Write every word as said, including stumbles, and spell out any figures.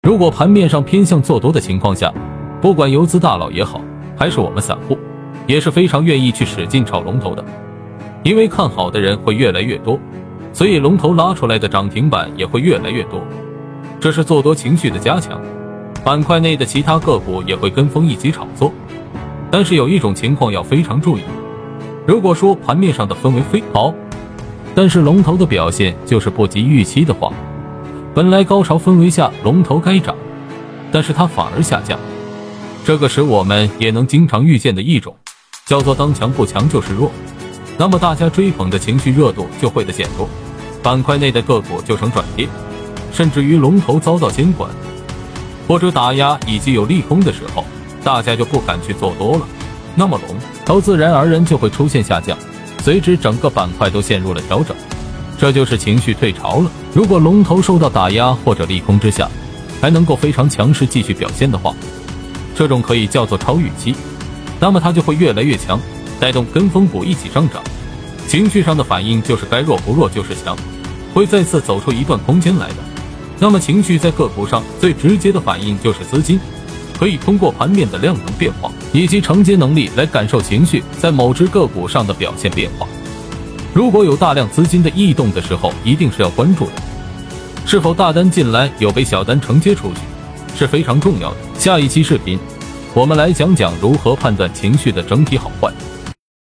如果盘面上偏向做多的情况下，不管游资大佬也好，还是我们散户，也是非常愿意去使劲炒龙头的，因为看好的人会越来越多，所以龙头拉出来的涨停板也会越来越多，这是做多情绪的加强，板块内的其他个股也会跟风一起炒作。但是有一种情况要非常注意，如果说盘面上的氛围非好，但是龙头的表现就是不及预期的话，本来高潮氛围下龙头该涨，但是它反而下降，这个使我们也能经常遇见的一种叫做当强不强就是弱，那么大家追捧的情绪热度就会的减弱，板块内的个股就成转跌，甚至于龙头遭到监管或者打压以及有利空的时候，大家就不敢去做多了，那么龙头自然而然就会出现下降，随之整个板块都陷入了调整，这就是情绪退潮了。如果龙头受到打压或者利空之下还能够非常强势继续表现的话，这种可以叫做超预期，那么它就会越来越强，带动跟风股一起上涨，情绪上的反应就是该弱不弱就是强，会再次走出一段空间来的。那么情绪在个股上最直接的反应就是资金可以通过盘面的量能变化以及承接能力来感受情绪在某只个股上的表现变化。如果有大量资金的异动的时候，一定是要关注的，是否大单进来有被小单承接出去是非常重要的。下一期视频我们来讲讲如何判断情绪的整体好坏。